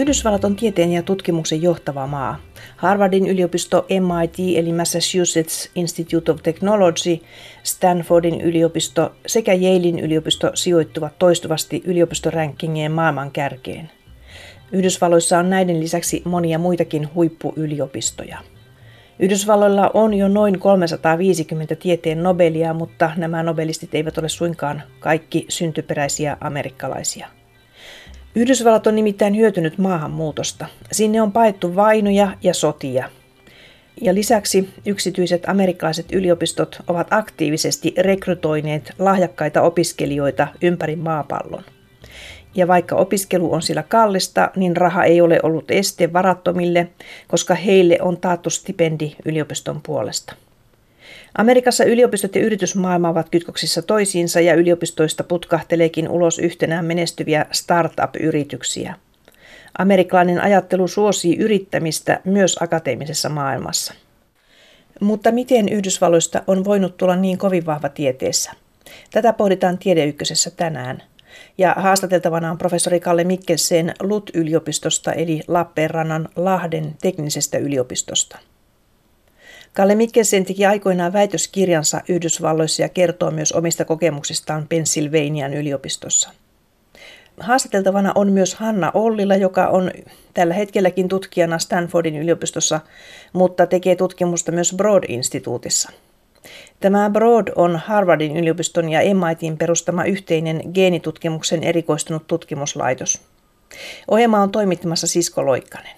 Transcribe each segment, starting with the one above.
Yhdysvallat on tieteen ja tutkimuksen johtava maa. Harvardin yliopisto, MIT eli Massachusetts Institute of Technology, Stanfordin yliopisto sekä Yalein yliopisto sijoittuvat toistuvasti yliopistorankingien maailman kärkeen. Yhdysvalloissa on näiden lisäksi monia muitakin huippuyliopistoja. Yhdysvalloilla on jo noin 350 tieteen Nobelia, mutta nämä nobelistit eivät ole suinkaan kaikki syntyperäisiä amerikkalaisia. Yhdysvallat on nimittäin hyötynyt maahanmuutosta. Sinne on paettu vainoja ja sotia. Ja lisäksi yksityiset amerikkalaiset yliopistot ovat aktiivisesti rekrytoineet lahjakkaita opiskelijoita ympäri maapallon. Ja vaikka opiskelu on sillä kallista, niin raha ei ole ollut este varattomille, koska heille on taattu stipendi yliopiston puolesta. Amerikassa yliopistot ja yritysmaailma ovat kytköksissä toisiinsa ja yliopistoista putkahteleekin ulos yhtenään menestyviä startup-yrityksiä. Amerikkalainen ajattelu suosii yrittämistä myös akateemisessa maailmassa. Mutta miten Yhdysvalloista on voinut tulla niin kovin vahva tieteessä? Tätä pohditaan Tiede Ykkösessä tänään. Ja haastateltavana on professori Kalle Mikkelsen LUT-yliopistosta eli Lappeenrannan Lahden teknisestä yliopistosta. Kalle Mikkelsen teki aikoinaan väitöskirjansa Yhdysvalloissa ja kertoo myös omista kokemuksistaan Pennsylvanian yliopistossa. Haastateltavana on myös Hanna Ollila, joka on tällä hetkelläkin tutkijana Stanfordin yliopistossa, mutta tekee tutkimusta myös Broad-instituutissa. Tämä Broad on Harvardin yliopiston ja MITin perustama yhteinen geenitutkimuksen erikoistunut tutkimuslaitos. Ohjelma on toimittamassa Sisko Loikkanen.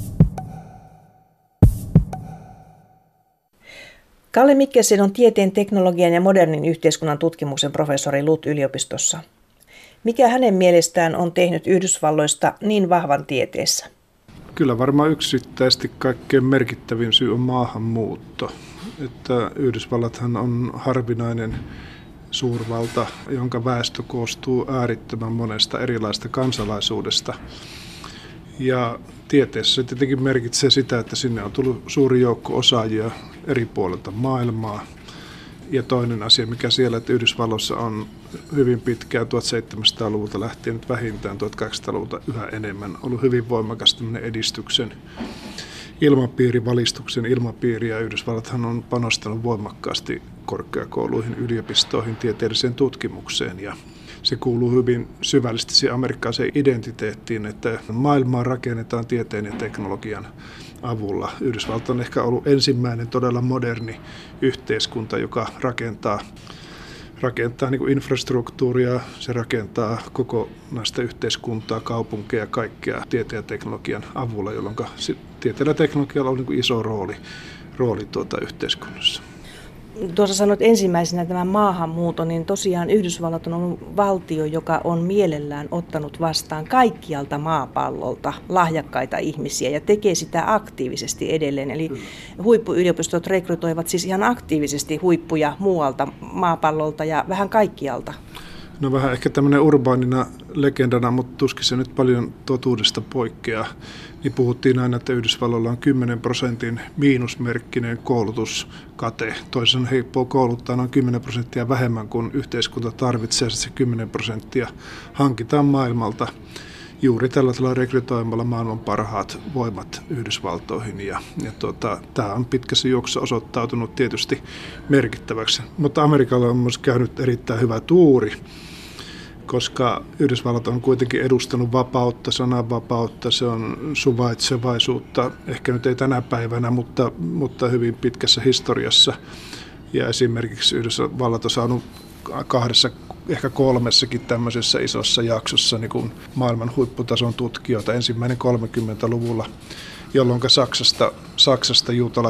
Kalle Mikkelsen on tieteen, teknologian ja modernin yhteiskunnan tutkimuksen professori LUT-yliopistossa. Mikä hänen mielestään on tehnyt Yhdysvalloista niin vahvan tieteessä? Kyllä varmaan yksittäisesti kaikkein merkittävin syy on maahanmuutto. Että Yhdysvallathan on harvinainen suurvalta, jonka väestö koostuu äärittömän monesta erilaista kansalaisuudesta. Ja tieteessä se tietenkin merkitsee sitä, että sinne on tullut suuri joukko osaajia eri puolilta maailmaa. Ja toinen asia, mikä siellä, että Yhdysvalloissa on hyvin pitkään 1700-luvulta lähtien nyt vähintään 1800-luvulta yhä enemmän ollut hyvin voimakas edistyksen valistuksen ilmapiiri, ja Yhdysvallathan on panostanut voimakkaasti korkeakouluihin, yliopistoihin, tieteelliseen tutkimukseen, ja se kuuluu hyvin syvällisesti siihen amerikkalaiseen identiteettiin, että maailmaa rakennetaan tieteen ja teknologian avulla. Yhdysvallat on ehkä ollut ensimmäinen todella moderni yhteiskunta, joka rakentaa niin kuin infrastruktuuria, se rakentaa kokonaista yhteiskuntaa, kaupunkeja, kaikkea tieteen ja teknologian avulla, jolloin tieteellä ja teknologialla on niin kuin iso rooli yhteiskunnassa. Tuossa sanoit ensimmäisenä tämän maahanmuuton, niin tosiaan Yhdysvallat on ollut valtio, joka on mielellään ottanut vastaan kaikkialta maapallolta lahjakkaita ihmisiä ja tekee sitä aktiivisesti edelleen. Eli huippuyliopistot rekrytoivat siis ihan aktiivisesti huippuja muualta maapallolta ja vähän kaikkialta. No vähän ehkä tämmöinen urbaanina legendana, mutta tuskin se nyt paljon totuudesta poikkeaa. Niin puhuttiin aina, että Yhdysvalloilla on 10% miinusmerkkinen koulutuskate. Toisen heippoo kouluttaa noin 10% vähemmän kuin yhteiskunta tarvitsee, se 10% hankitaan maailmalta juuri tällä tavalla rekrytoimalla maailman parhaat voimat Yhdysvaltoihin. Tämä on pitkässä juoksussa osoittautunut tietysti merkittäväksi. Mutta Amerikalla on myös käynyt erittäin hyvä tuuri, koska Yhdysvallat on kuitenkin edustanut vapautta, sananvapautta, se on suvaitsevaisuutta, ehkä nyt ei tänä päivänä, mutta hyvin pitkässä historiassa. Ja esimerkiksi Yhdysvallat on saanut ehkä 3 tämmöisessä isossa jaksossa niin kuin maailman huipputason tutkijoita, ensimmäinen 30-luvulla, jolloin Saksasta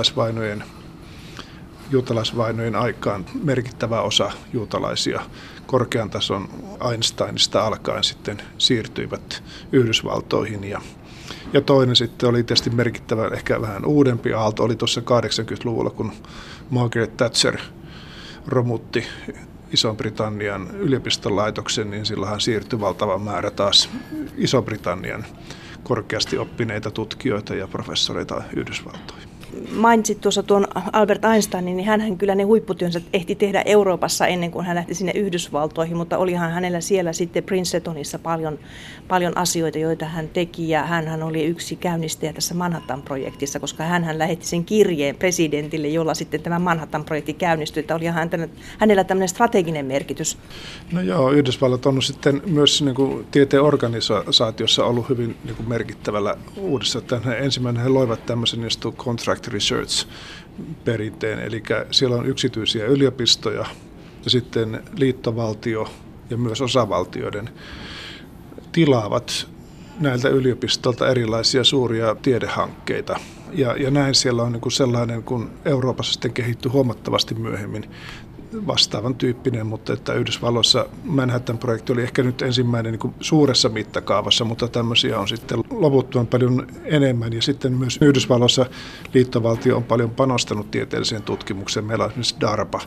juutalaisvainojen aikaan merkittävä osa juutalaisia korkean tason Einsteinista alkaen sitten siirtyivät Yhdysvaltoihin. Ja toinen sitten oli tietysti merkittävä, ehkä vähän uudempi aalto, oli tuossa 80-luvulla, kun Margaret Thatcher romutti Iso-Britannian yliopistolaitoksen, niin silloinhan siirtyi valtava määrä taas Iso-Britannian korkeasti oppineita tutkijoita ja professoreita Yhdysvaltoihin. mainitsit tuossa tuon Albert Einsteinin, niin hänhän kyllä ne huipputyönsä ehti tehdä Euroopassa ennen kuin hän lähti sinne Yhdysvaltoihin, mutta olihan hänellä siellä sitten Princetonissa paljon asioita, joita hän teki, ja hänhän oli yksi käynnistäjä tässä Manhattan-projektissa, koska hänhän lähetti sen kirjeen presidentille, jolla sitten tämä Manhattan-projekti käynnistyi, että oli hänellä tämmöinen strateginen merkitys. No joo, Yhdysvallat on sitten myös niin kuin tieteen organisaatiossa ollut hyvin niin kuin merkittävällä uudessa. Ensimmäinen he loivat tämmöisen contract research perinteen, eli siellä on yksityisiä yliopistoja ja sitten liittovaltio ja myös osavaltioiden tilaavat näiltä yliopistoilta erilaisia suuria tiedehankkeita. Ja näin siellä on niin kuin sellainen, kun Euroopassa sitten kehittyi huomattavasti myöhemmin vastaavan tyyppinen, mutta että Yhdysvalloissa Manhattan-projekti oli ehkä nyt ensimmäinen niin kuin suuressa mittakaavassa, mutta tämmöisiä on sitten loputtoman paljon enemmän. Ja sitten myös Yhdysvalloissa liittovaltio on paljon panostanut tieteelliseen tutkimukseen. Meillä on esimerkiksi DARPA,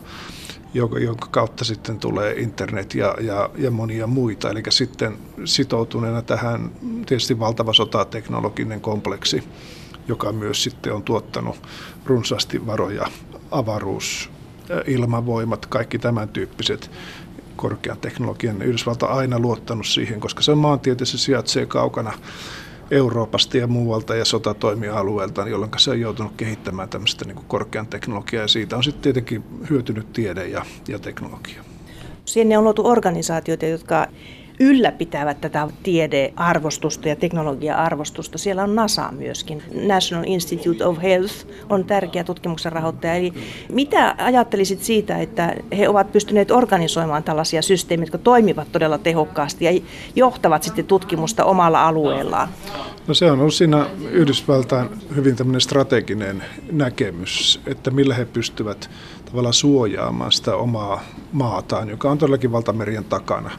jonka kautta sitten tulee internet ja monia muita. Eli sitten sitoutuneena tähän tietysti valtava sotateknologinen kompleksi, joka myös sitten on tuottanut runsaasti varoja, avaruus, ilmavoimat, kaikki tämän tyyppiset korkean teknologian. Yhdysvalta on aina luottanut siihen, koska se maantieteessä sijaitsee kaukana Euroopasta ja muualta ja sotatoimialueelta, jolloin se on joutunut kehittämään tämmöistä niin kuin korkean teknologiaa, ja siitä on sitten tietenkin hyötynyt tiede ja teknologia. Sinne on luotu organisaatioita, jotka ylläpitävät tätä tiedearvostusta ja teknologia-arvostusta. Siellä on NASA myöskin. National Institute of Health on tärkeä tutkimuksen rahoittaja. Eli mitä ajattelisit siitä, että he ovat pystyneet organisoimaan tällaisia systeemejä, jotka toimivat todella tehokkaasti ja johtavat sitten tutkimusta omalla alueellaan? No se on ollut siinä Yhdysvaltain hyvin tämmöinen strateginen näkemys, että millä he pystyvät tavallaan suojaamaan sitä omaa maataan, joka on todellakin valtamerien takana.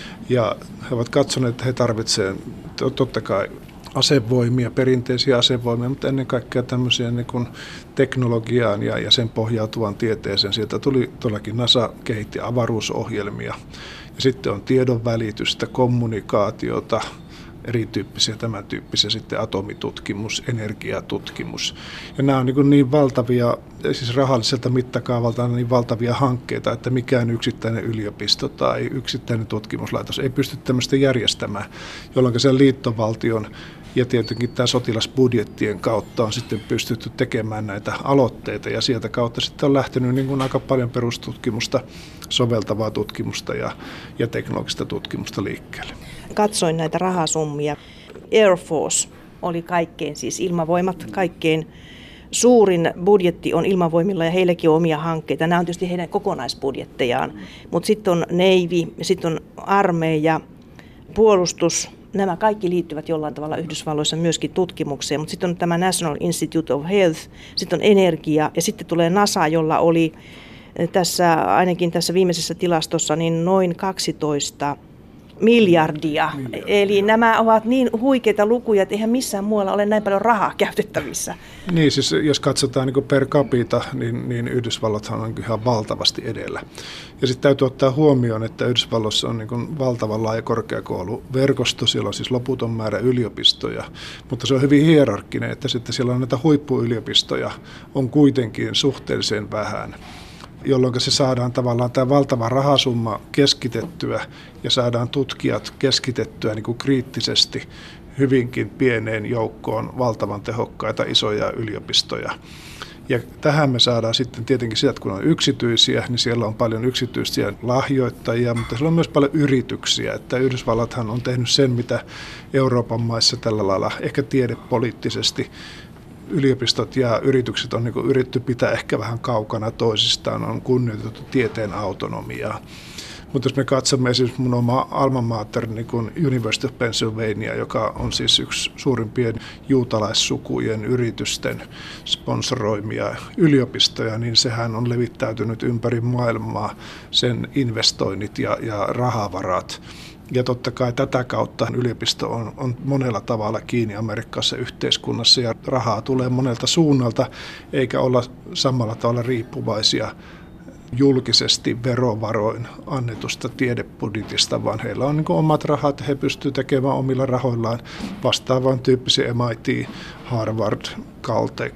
Ja he ovat katsoneet, että he tarvitsevat totta kai asevoimia, perinteisiä asevoimia, mutta ennen kaikkea tämmöisiä niin kuin teknologiaan ja sen pohjautuvan tieteeseen. Sieltä tuli todellakin NASA kehitti avaruusohjelmia ja sitten on tiedonvälitystä, kommunikaatiota, erityyppisiä, tämän tyyppisiä sitten atomitutkimus, energiatutkimus. Ja nämä on niin valtavia, siis rahalliselta mittakaavalta niin valtavia hankkeita, että mikään yksittäinen yliopisto tai yksittäinen tutkimuslaitos ei pysty tämmöistä järjestämään, jolloin sen liittovaltion ja tietenkin tämä sotilasbudjettien kautta on sitten pystytty tekemään näitä aloitteita, ja sieltä kautta sitten on lähtenyt niin kuin aika paljon perustutkimusta, soveltavaa tutkimusta ja teknologista tutkimusta liikkeelle. Katsoin näitä rahasummia. Air Force oli kaikkein, siis ilmavoimat, kaikkein suurin budjetti on ilmavoimilla, ja heilläkin on omia hankkeita. Nämä on tietysti heidän kokonaisbudjettejaan, mutta sitten on Navy, sitten on armeija, puolustus. Nämä kaikki liittyvät jollain tavalla Yhdysvalloissa myöskin tutkimukseen, mutta sitten on tämä National Institute of Health, sitten on energia ja sitten tulee NASA, jolla oli ainakin tässä viimeisessä tilastossa niin noin 12 miljardia. Eli nämä ovat niin huikeita lukuja, että eihän missään muualla ole näin paljon rahaa käytettävissä. Niin, siis jos katsotaan niin per capita, niin Yhdysvallathan on ihan valtavasti edellä. Ja sitten täytyy ottaa huomioon, että Yhdysvalloissa on niin valtavan laaja korkeakouluverkosto, siellä on siis loputon määrä yliopistoja, mutta se on hyvin hierarkkinen, että sitten siellä on näitä huippuyliopistoja, on kuitenkin suhteellisen vähän, jolloin se saadaan tavallaan tämä valtava rahasumma keskitettyä ja saadaan tutkijat keskitettyä niin kuin kriittisesti hyvinkin pieneen joukkoon valtavan tehokkaita isoja yliopistoja. Ja tähän me saadaan sitten tietenkin sitä, että kun on yksityisiä, niin siellä on paljon yksityisiä lahjoittajia, mutta siellä on myös paljon yrityksiä. Että Yhdysvallathan on tehnyt sen, mitä Euroopan maissa tällä lailla ehkä tiedepoliittisesti yliopistot ja yritykset on niin yritetty pitää ehkä vähän kaukana toisistaan, on kunnioitettu tieteen autonomiaa. Mutta jos me katsomme esimerkiksi mun oma alma mater, niin kuin University of Pennsylvania, joka on siis yksi suurimpien juutalaissukujen yritysten sponsoroimia yliopistoja, niin sehän on levittäytynyt ympäri maailmaa, sen investoinnit ja rahavarat. Ja totta kai tätä kautta yliopisto on monella tavalla kiinni amerikkalaisessa yhteiskunnassa, ja rahaa tulee monelta suunnalta, eikä olla samalla tavalla riippuvaisia julkisesti verovaroin annetusta tiedebudjetista, vaan heillä on niin kuin omat rahat, he pystyvät tekemään omilla rahoillaan vastaavan tyyppisiä MIT, Harvard, Caltech,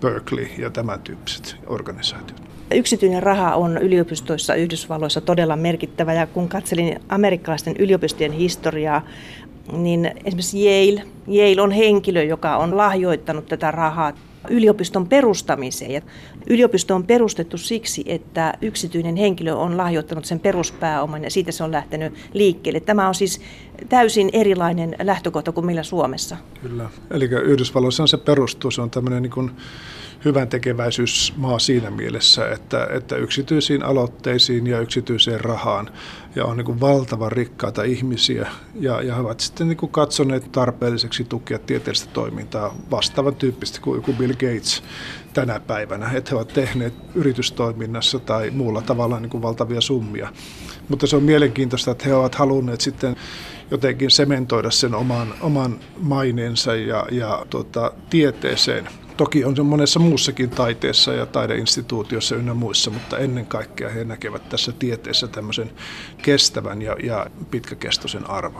Berkeley ja tämän tyyppiset organisaatiot. Yksityinen raha on yliopistoissa Yhdysvalloissa todella merkittävä, ja kun katselin amerikkalaisten yliopistojen historiaa, niin esimerkiksi Yale on henkilö, joka on lahjoittanut tätä rahaa yliopiston perustamiseen. Ja yliopisto on perustettu siksi, että yksityinen henkilö on lahjoittanut sen peruspääoman ja siitä se on lähtenyt liikkeelle. Tämä on siis täysin erilainen lähtökohta kuin meillä Suomessa. Kyllä. Eli Yhdysvalloissa se perustuu, se on tämmöinen niin kuin hyvän tekeväisyysmaa siinä mielessä, että yksityisiin aloitteisiin ja yksityiseen rahaan ja on niin kuin valtavan rikkaita ihmisiä ja he ovat sitten niin kuin katsoneet tarpeelliseksi tukea tieteellistä toimintaa vastaavan tyyppistä kuin joku Bill Gates tänä päivänä, että he ovat tehneet yritystoiminnassa tai muulla tavalla niin kuin valtavia summia. Mutta se on mielenkiintoista, että he ovat halunneet sitten jotenkin sementoida sen oman maineensa ja tieteeseen. Toki on se monessa muussakin taiteessa ja taideinstituutiossa ynnä muissa, mutta ennen kaikkea he näkevät tässä tieteessä tämmöisen kestävän ja pitkäkestoisen arvon.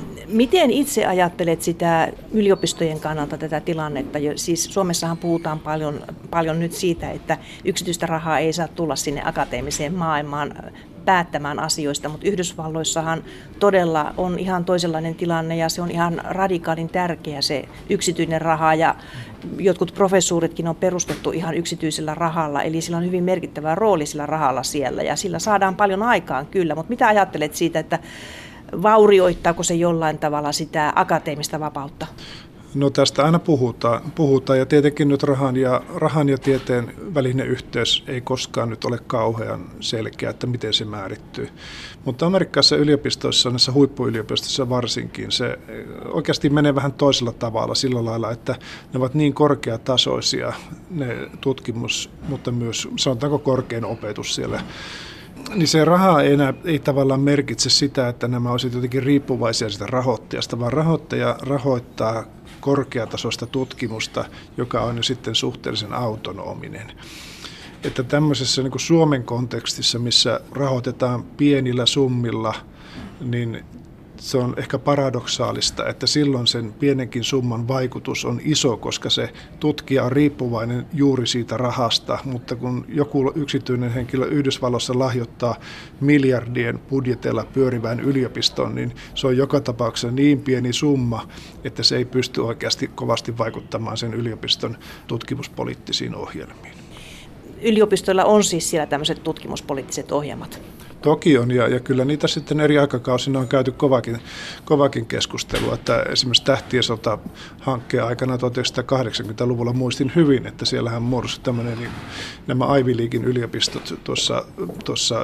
Miten itse ajattelet sitä yliopistojen kannalta tätä tilannetta? Siis Suomessahan puhutaan paljon nyt siitä, että yksityistä rahaa ei saa tulla sinne akateemiseen maailmaan päättämään asioista, mutta Yhdysvalloissahan todella on ihan toisenlainen tilanne ja se on ihan radikaalin tärkeä se yksityinen raha ja jotkut professuuritkin on perustettu ihan yksityisellä rahalla, eli sillä on hyvin merkittävä rooli sillä rahalla siellä ja sillä saadaan paljon aikaan kyllä, mutta mitä ajattelet siitä, että vaurioittaako se jollain tavalla sitä akateemista vapautta? No tästä aina puhutaan ja tietenkin nyt rahan ja tieteen välinen yhteys ei koskaan nyt ole kauhean selkeä, että miten se määrittyy. Mutta Amerikassa yliopistoissa, näissä huippuyliopistoissa varsinkin, se oikeasti menee vähän toisella tavalla sillä lailla, että ne ovat niin korkeatasoisia, ne tutkimus, mutta myös sanotaanko korkein opetus siellä. Niin se raha ei tavallaan merkitse sitä, että nämä olisivat jotenkin riippuvaisia sitä rahoittajasta, vaan rahoittaja rahoittaa korkeatasoista tutkimusta, joka on jo sitten suhteellisen autonominen. Että tämmöisessä niin kuin Suomen kontekstissa, missä rahoitetaan pienillä summilla, niin se on ehkä paradoksaalista, että silloin sen pienenkin summan vaikutus on iso, koska se tutkija on riippuvainen juuri siitä rahasta, mutta kun joku yksityinen henkilö Yhdysvalloissa lahjoittaa miljardien budjetilla pyörivään yliopistoon, niin se on joka tapauksessa niin pieni summa, että se ei pysty oikeasti kovasti vaikuttamaan sen yliopiston tutkimuspoliittisiin ohjelmiin. Yliopistoilla on siis siellä tämmöiset tutkimuspoliittiset ohjelmat. Toki on, ja kyllä niitä sitten eri aikakausina on käyty kovakin keskustelua, että esimerkiksi Tähtien sota-hankkeen aikana 1980-luvulla muistin hyvin, että siellähän muodostui tämmöinen, niin nämä Ivy Leaguein yliopistot tuossa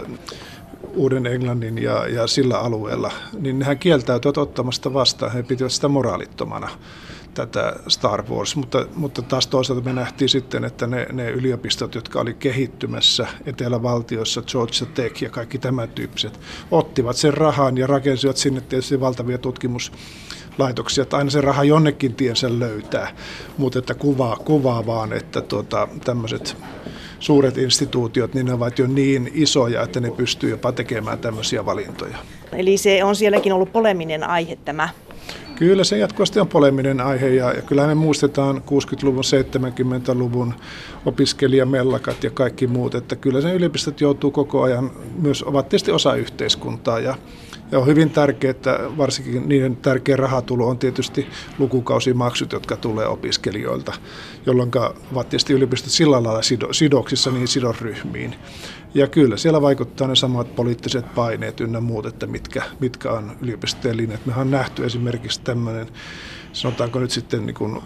Uuden Englannin ja sillä alueella, niin nehän kieltäytyivät ottamasta vastaan, he pitivät sitä moraalittomana tätä Star Wars, mutta taas toisaalta me nähtiin sitten, että ne yliopistot, jotka oli kehittymässä etelävaltioissa, Georgia Tech ja kaikki tämän tyyppiset, ottivat sen rahan ja rakensivat sinne tietysti valtavia tutkimuslaitoksia, että aina se raha jonnekin tiensä löytää, mutta että kuvaa vaan, että tämmöiset suuret instituutiot, niin ne ovat jo niin isoja, että ne pystyy jopa tekemään tämmöisiä valintoja. Eli se on sielläkin ollut poleminen aihe tämä. Kyllä se jatkuvasti on poleminen aihe ja kyllähän me muistetaan 60-luvun, 70-luvun opiskelijamellakat ja kaikki muut, että kyllä se yliopistot joutuu koko ajan myös, ovat tietysti osa yhteiskuntaa ja on hyvin tärkeää, että varsinkin niiden tärkeä rahatulo on tietysti lukukausimaksut, jotka tulee opiskelijoilta, jolloin ovat tietysti yliopistot sillä lailla sidoksissa niihin sidosryhmiin. Ja kyllä siellä vaikuttaa ne samat poliittiset paineet ynnä muut, että mitkä on yliopistojen linjat. Mehän on nähty esimerkiksi tämmöinen, sanotaanko nyt sitten niin kuin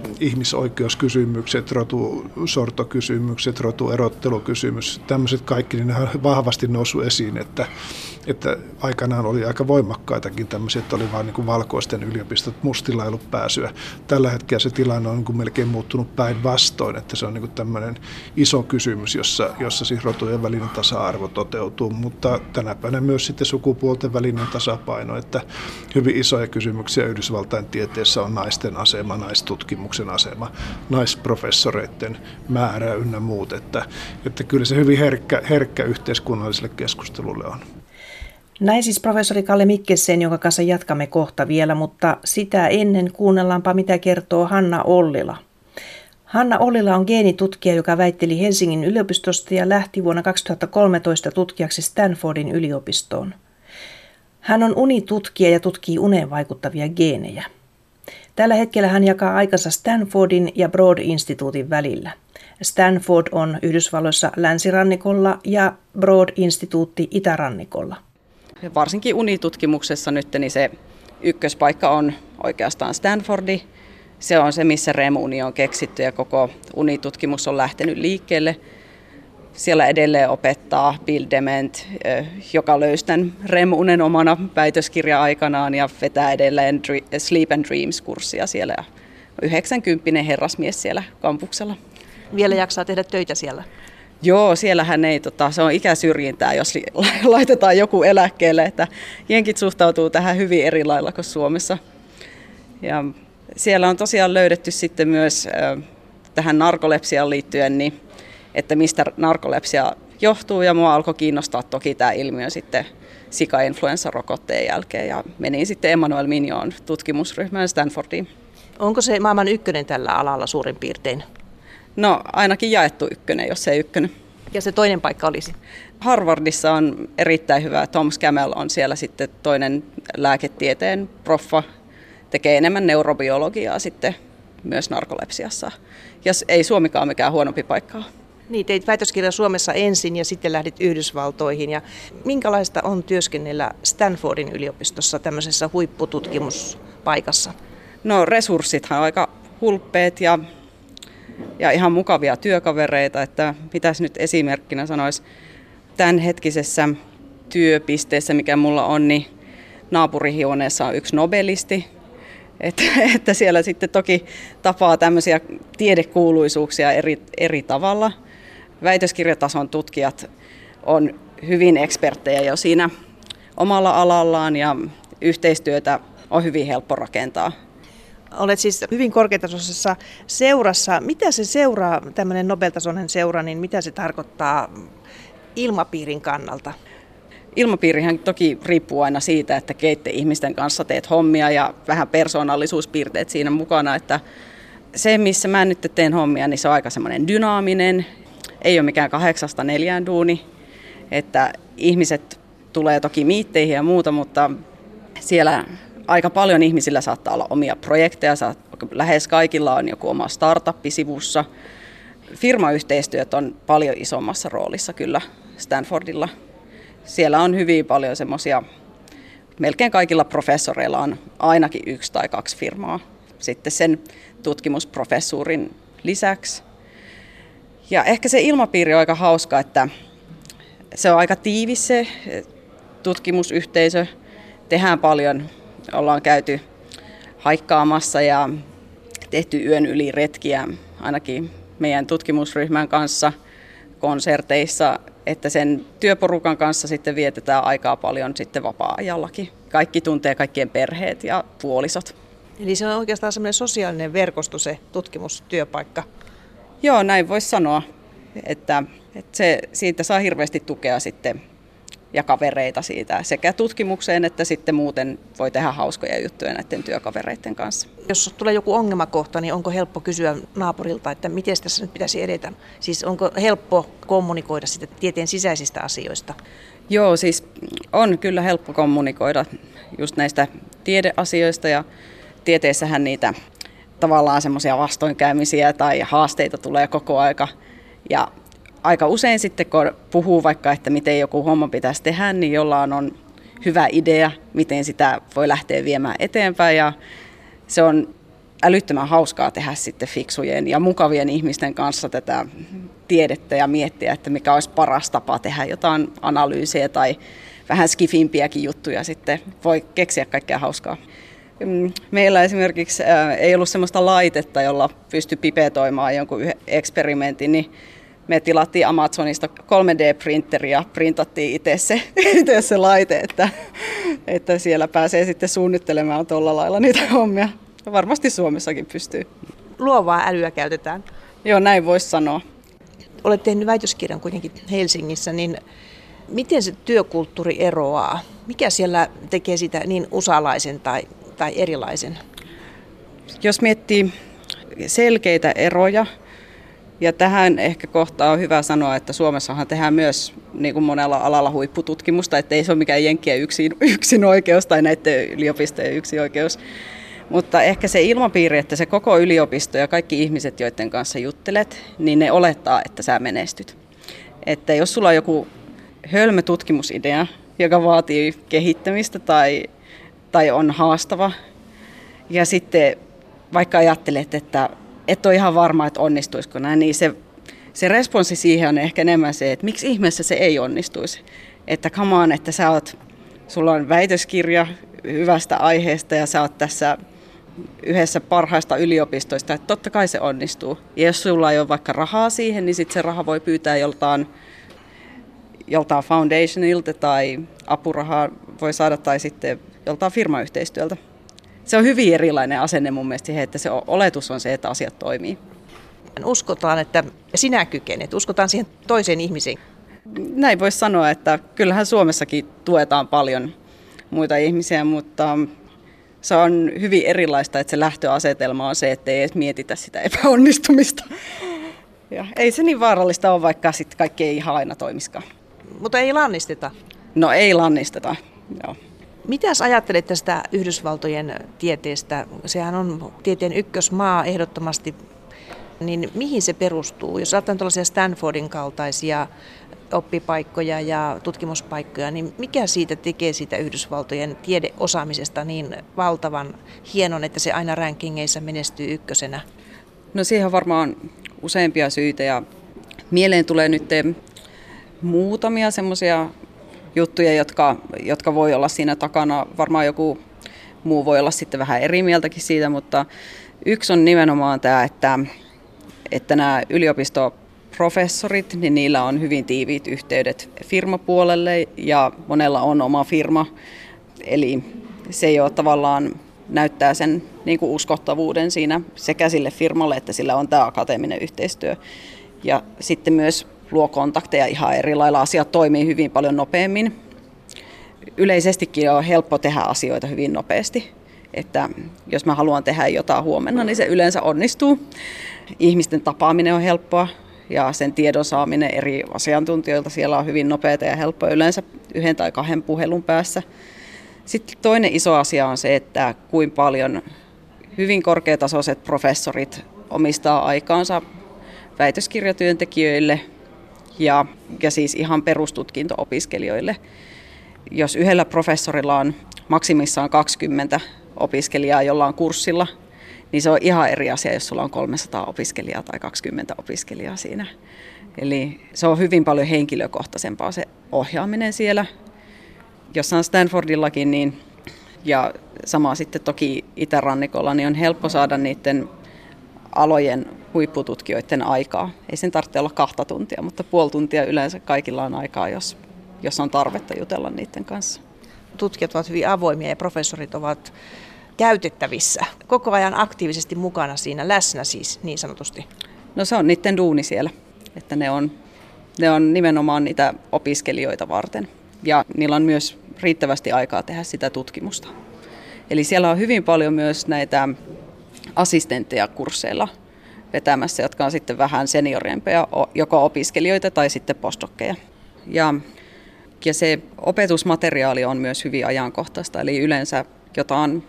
ihmisoikeuskysymykset, rotusortokysymykset, rotuerottelukysymys, tämmöiset kaikki, niin ne on vahvasti noussut esiin, että aikanaan oli aika voimakkaitakin tämmöisiä, että oli vain niin kuin valkoisten yliopistot, mustilla ei ollut pääsyä. Tällä hetkellä se tilanne on niin kuin melkein muuttunut päinvastoin, että se on niin kuin tämmöinen iso kysymys, jossa siis rotujen välinen tasa-arvo toteutuu, mutta tänä päivänä myös sitten sukupuolten välinen tasapaino, että hyvin isoja kysymyksiä Yhdysvaltain tieteessä on naisten asema, naistutkimuksen asema, naisprofessoreiden määrä ynnä muut, että kyllä se hyvin herkkä yhteiskunnalliselle keskustelulle on. Näin siis professori Kalle Mikkelsen, jonka kanssa jatkamme kohta vielä, mutta sitä ennen kuunnellaanpa, mitä kertoo Hanna Ollila. Hanna Ollila on geenitutkija, joka väitteli Helsingin yliopistosta ja lähti vuonna 2013 tutkijaksi Stanfordin yliopistoon. Hän on unitutkija ja tutkii uneen vaikuttavia geenejä. Tällä hetkellä hän jakaa aikansa Stanfordin ja Broad-instituutin välillä. Stanford on Yhdysvalloissa länsirannikolla ja Broad-instituutti itärannikolla. Varsinkin unitutkimuksessa nyt niin se ykköspaikka on oikeastaan Stanfordi. Se on se, missä REM-uni on keksitty ja koko unitutkimus on lähtenyt liikkeelle. Siellä edelleen opettaa Bill Dement, joka löysi tämän REM-unen omana väitöskirja-aikanaan ja vetää edelleen Sleep and Dreams-kurssia siellä. 90 herrasmies siellä kampuksella. Vielä jaksaa tehdä töitä siellä? Joo, siellähän ei, se on ikäsyrjintää, jos laitetaan joku eläkkeelle, että jenkit suhtautuu tähän hyvin eri lailla kuin Suomessa. Ja siellä on tosiaan löydetty sitten myös tähän narkolepsiaan liittyen, niin, että mistä narkolepsia johtuu, ja mua alkoi kiinnostaa toki tämä ilmiö sitten sika-influenssarokotteen jälkeen, ja menin sitten Emmanuel Mignon tutkimusryhmään Stanfordiin. Onko se maailman ykkönen tällä alalla suurin piirtein? No ainakin jaettu ykkönen, jos ei ykkönen. Ja se toinen paikka olisi? Harvardissa on erittäin hyvä. Tom Scammell on siellä sitten toinen lääketieteen proffa. Tekee enemmän neurobiologiaa sitten myös narkolepsiassa. Ja ei Suomikaan mikään huonompi paikka. Niin, teit väitöskirjan Suomessa ensin ja sitten lähdit Yhdysvaltoihin. Ja minkälaista on työskennellä Stanfordin yliopistossa tämmöisessä huippututkimuspaikassa? No resurssithan on aika hulppeet ja ihan mukavia työkavereita, että mitäs nyt esimerkkinä sanoisi. Tämänhetkisessä työpisteessä, mikä mulla on, niin naapurihuoneessa on yksi nobelisti. Että siellä sitten toki tapaa tämmöisiä tiedekuuluisuuksia eri tavalla. Väitöskirjatason tutkijat on hyvin eksperttejä jo siinä omalla alallaan ja yhteistyötä on hyvin helppo rakentaa. Olet siis hyvin korkeatasoisessa seurassa. Mitä se seuraa, tämmöinen Nobel-tasoinen seura, niin mitä se tarkoittaa ilmapiirin kannalta? Ilmapiirihän toki riippuu aina siitä, että keitten ihmisten kanssa teet hommia ja vähän persoonallisuuspiirteet siinä mukana. Että se, missä mä nyt teen hommia, niin se on aika semmoinen dynaaminen. Ei ole mikään 8-4 duuni. Että ihmiset tulee toki miitteihin ja muuta, mutta siellä aika paljon ihmisillä saattaa olla omia projekteja. Lähes kaikilla on joku oma startuppi sivussa. Firmayhteistyöt on paljon isommassa roolissa kyllä Stanfordilla. Siellä on hyvin paljon semmoisia, melkein kaikilla professoreilla on ainakin 1 tai 2 firmaa sitten sen tutkimusprofessuurin lisäksi. Ja ehkä se ilmapiiri on aika hauska, että se on aika tiivis se tutkimusyhteisö. Tehdään paljon, ollaan käyty haikkaamassa ja tehty yön yli retkiä ainakin meidän tutkimusryhmän kanssa konserteissa, että sen työporukan kanssa sitten vietetään aikaa paljon sitten vapaa-ajallakin. Kaikki tuntee kaikkien perheet ja puolisot. Eli se on oikeastaan semmoinen sosiaalinen verkosto se tutkimustyöpaikka. Joo, näin voisi sanoa, että siitä saa hirveästi tukea sitten ja kavereita siitä sekä tutkimukseen että sitten muuten voi tehdä hauskoja juttuja näiden työkavereiden kanssa. Jos tulee joku ongelmakohta, niin onko helppo kysyä naapurilta, että miten tässä nyt pitäisi edetä? Siis onko helppo kommunikoida sitä tieteen sisäisistä asioista? Joo, siis on kyllä helppo kommunikoida just näistä tiedeasioista ja tieteessähän niitä tavallaan semmoisia vastoinkäymisiä tai haasteita tulee koko aika. Ja aika usein sitten, kun puhuu vaikka, että miten joku homma pitäisi tehdä, niin jollain on hyvä idea, miten sitä voi lähteä viemään eteenpäin. Ja se on älyttömän hauskaa tehdä sitten fiksujen ja mukavien ihmisten kanssa tätä tiedettä ja miettiä, että mikä olisi paras tapa tehdä jotain analyysiä tai vähän skifimpiäkin juttuja sitten. Voi keksiä kaikkea hauskaa. Meillä esimerkiksi ei ollut sellaista laitetta, jolla pystyi pipetoimaan jonkun eksperimentin, niin me tilattiin Amazonista 3D-printeri ja printattiin itse se laite, että siellä pääsee sitten suunnittelemaan tuolla lailla niitä hommia. Varmasti Suomessakin pystyy. Luovaa älyä käytetään. Joo, näin voisi sanoa. Olet tehnyt väitöskirjan kuitenkin Helsingissä, niin miten se työkulttuuri eroaa? Mikä siellä tekee sitä niin usalaisen tai erilaisen? Jos miettii selkeitä eroja. Ja tähän ehkä kohtaa on hyvä sanoa, että Suomessahan tehdään myös niin kuin monella alalla huippututkimusta, että ei se ole mikään jenkkien yksin oikeus tai näiden yliopistojen yksin oikeus. Mutta ehkä se ilmapiiri, että se koko yliopisto ja kaikki ihmiset, joiden kanssa juttelet, niin ne olettaa, että sä menestyt. Että jos sulla on joku hölmö tutkimusidea, joka vaatii kehittämistä tai on haastava, ja sitten vaikka ajattelet, että et ole ihan varma, että onnistuisiko näin, niin se responssi siihen on ehkä enemmän se, että miksi ihmeessä se ei onnistuisi. Että come on, että sulla on väitöskirja hyvästä aiheesta ja sä oot tässä yhdessä parhaista yliopistoista, että totta kai se onnistuu. Ja jos sulla ei ole vaikka rahaa siihen, niin sitten se raha voi pyytää joltain foundationilta tai apurahaa voi saada tai sitten joltain firmayhteistyöltä. Se on hyvin erilainen asenne mun mielestä siihen, että se oletus on se, että asiat toimii. Uskotaan, että sinä kykenet. Uskotaan siihen toiseen ihmiseen. Näin voisi sanoa, että kyllähän Suomessakin tuetaan paljon muita ihmisiä, mutta se on hyvin erilaista, että se lähtöasetelma on se, että ei edes mietitä sitä epäonnistumista. Ja ei se niin vaarallista ole, vaikka sitten kaikki ei ihan aina toimiskaan. Mutta ei lannisteta. No ei lannisteta, joo. Mitäs ajattelet tästä Yhdysvaltojen tieteestä? Sehän on tieteen ykkösmaa ehdottomasti. Niin mihin se perustuu? Jos ajatellaan tällaisia Stanfordin kaltaisia oppipaikkoja ja tutkimuspaikkoja, niin mikä siitä tekee siitä Yhdysvaltojen tiedeosaamisesta niin valtavan hienon, että se aina rankingeissa menestyy ykkösenä? No siihen on varmaan useampia syitä ja mieleen tulee nyt muutamia semmoisia juttuja, jotka voi olla siinä takana. Varmaan joku muu voi olla sitten vähän eri mieltäkin siitä, mutta yksi on nimenomaan tämä, että nämä yliopistoprofessorit, niin niillä on hyvin tiiviit yhteydet firmapuolelle ja monella on oma firma. Eli se jo tavallaan näyttää sen niin kuin uskottavuuden siinä sekä sille firmalle, että sillä on tämä akateeminen yhteistyö. Ja sitten myös luo kontakteja ihan eri lailla. Asiat toimii hyvin paljon nopeammin. Yleisestikin on helppo tehdä asioita hyvin nopeasti. Että jos mä haluan tehdä jotain huomenna, niin se yleensä onnistuu. Ihmisten tapaaminen on helppoa ja sen tiedon saaminen eri asiantuntijoilta siellä on hyvin nopeaa ja helppoa yleensä 1 tai 2 puhelun päässä. Sitten toinen iso asia on se, että kuinka paljon hyvin korkeatasoiset professorit omistaa aikaansa väitöskirjatyöntekijöille ja siis ihan perustutkinto-opiskelijoille. Jos yhdellä professorilla on maksimissaan 20 opiskelijaa jollain kurssilla, niin se on ihan eri asia, jos sulla on 300 opiskelijaa tai 20 opiskelijaa siinä. Eli se on hyvin paljon henkilökohtaisempaa se ohjaaminen siellä. Jossain Stanfordillakin niin, ja sama sitten toki itärannikolla, niin on helppo saada niiden alojen huippututkijoiden aikaa. Ei sen tarvitse olla 2 tuntia, mutta puoli tuntia yleensä kaikilla on aikaa, jos on tarvetta jutella niiden kanssa. Tutkijat ovat hyvin avoimia ja professorit ovat käytettävissä. Koko ajan aktiivisesti mukana siinä, läsnä siis niin sanotusti. No se on niiden duuni siellä, että ne on nimenomaan niitä opiskelijoita varten. Ja niillä on myös riittävästi aikaa tehdä sitä tutkimusta. Eli siellä on hyvin paljon myös näitä assistentteja kursseilla vetämässä, jotka on sitten vähän seniorempia, joko opiskelijoita tai sitten postdokkeja. Ja se opetusmateriaali on myös hyvin ajankohtaista, eli yleensä jotain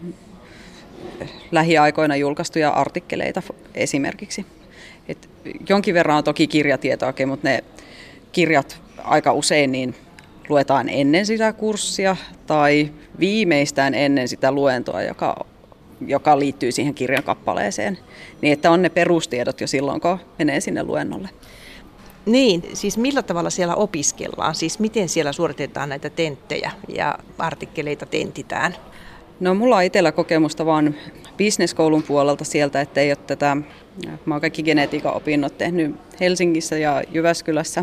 lähiaikoina julkaistuja artikkeleita esimerkiksi. Et jonkin verran on toki kirjatietoakin, mutta ne kirjat aika usein niin luetaan ennen sitä kurssia tai viimeistään ennen sitä luentoa, joka liittyy siihen kirjan kappaleeseen. Niin että on ne perustiedot jo silloin, kun menee sinne luennolle. Niin, siis millä tavalla siellä opiskellaan? Siis miten siellä suoritetaan näitä tenttejä ja artikkeleita tentitään? No mulla on itsellä kokemusta vaan businesskoulun puolelta sieltä, että ei ole mä oon kaikki genetiikan opinnot tehnyt Helsingissä ja Jyväskylässä.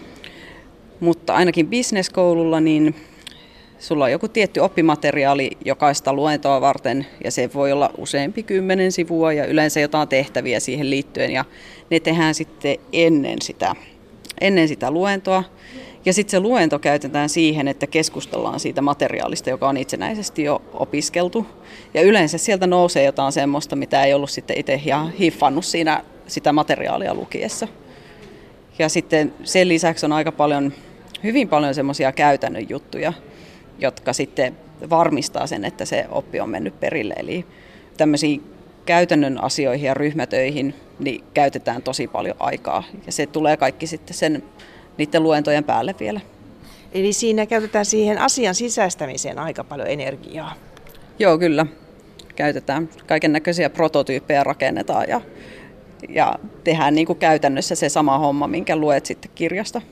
Mutta ainakin businesskoululla niin sulla on joku tietty oppimateriaali jokaista luentoa varten ja se voi olla useampi 10 sivua ja yleensä jotain tehtäviä siihen liittyen ja ne tehdään sitten ennen sitä luentoa Ja sitten se luento käytetään siihen, että keskustellaan siitä materiaalista, joka on itsenäisesti jo opiskeltu. Ja yleensä sieltä nousee jotain semmoista, mitä ei ollut sitten itse ihan hiffannut siinä sitä materiaalia lukiessa. Ja sitten sen lisäksi on hyvin paljon semmoisia käytännön juttuja, jotka sitten varmistaa sen, että se oppi on mennyt perille. Eli tämmöisiin käytännön asioihin ja ryhmätöihin niin käytetään tosi paljon aikaa. Ja se tulee kaikki sitten niiden luentojen päälle vielä. Eli siinä käytetään siihen asian sisäistämiseen aika paljon energiaa. Joo, kyllä. Käytetään kaiken näköisiä prototyyppejä, rakennetaan ja tehdään niin kuin käytännössä se sama homma, minkä luet sitten kirjasta.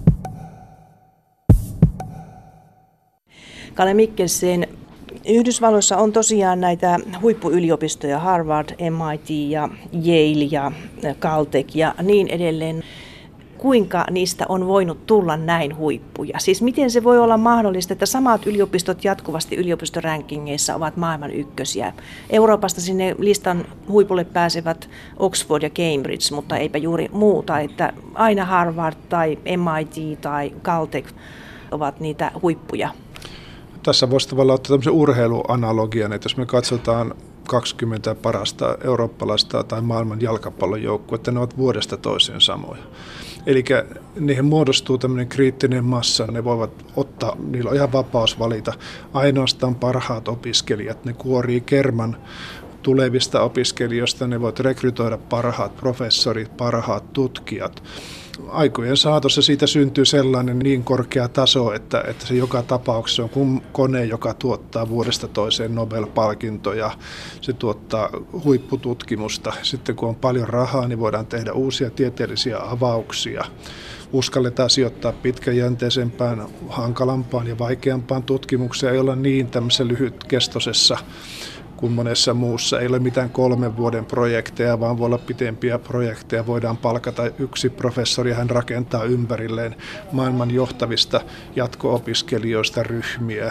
Kalle Mikkelsen, Yhdysvalloissa on tosiaan näitä huippuyliopistoja, Harvard, MIT ja Yale ja Caltech ja niin edelleen. Kuinka niistä on voinut tulla näin huippuja? Siis miten se voi olla mahdollista, että samat yliopistot jatkuvasti yliopistoränkingeissa ovat maailman ykkösiä? Euroopasta sinne listan huipulle pääsevät Oxford ja Cambridge, mutta eipä juuri muuta, että aina Harvard tai MIT tai Caltech ovat niitä huippuja. Tässä voisi tavallaan ottaa tämmöisen urheiluanalogian, että jos me katsotaan 20 parasta eurooppalaista tai maailman jalkapallon joukkuetta, ne ovat vuodesta toiseen samoja. Eli niihin muodostuu tämmöinen kriittinen massa, ne voivat ottaa, niillä on ihan vapaus valita ainoastaan parhaat opiskelijat, ne kuorii kerman tulevista opiskelijoista, ne voivat rekrytoida parhaat professorit, parhaat tutkijat. Aikojen saatossa siitä syntyy sellainen niin korkea taso, että se joka tapauksessa on kuin kone, joka tuottaa vuodesta toiseen Nobel-palkintoja. Se tuottaa huippututkimusta. Sitten kun on paljon rahaa, niin voidaan tehdä uusia tieteellisiä avauksia. Uskalletaan sijoittaa pitkäjänteisempään, hankalampaan ja vaikeampaan tutkimukseen, ei olla niin tämmöisessä lyhytkestoisessa kuin monessa muussa. Ei ole mitään 3 vuoden projekteja, vaan voi olla pitempiä projekteja. Voidaan palkata yksi professori ja hän rakentaa ympärilleen maailman johtavista jatko-opiskelijoista ryhmiä.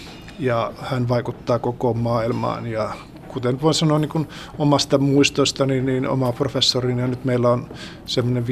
Ja hän vaikuttaa koko maailmaan. Ja kuten voin sanoa niin kuin omasta muistostani, niin oma professorini, ja nyt meillä on semmoinen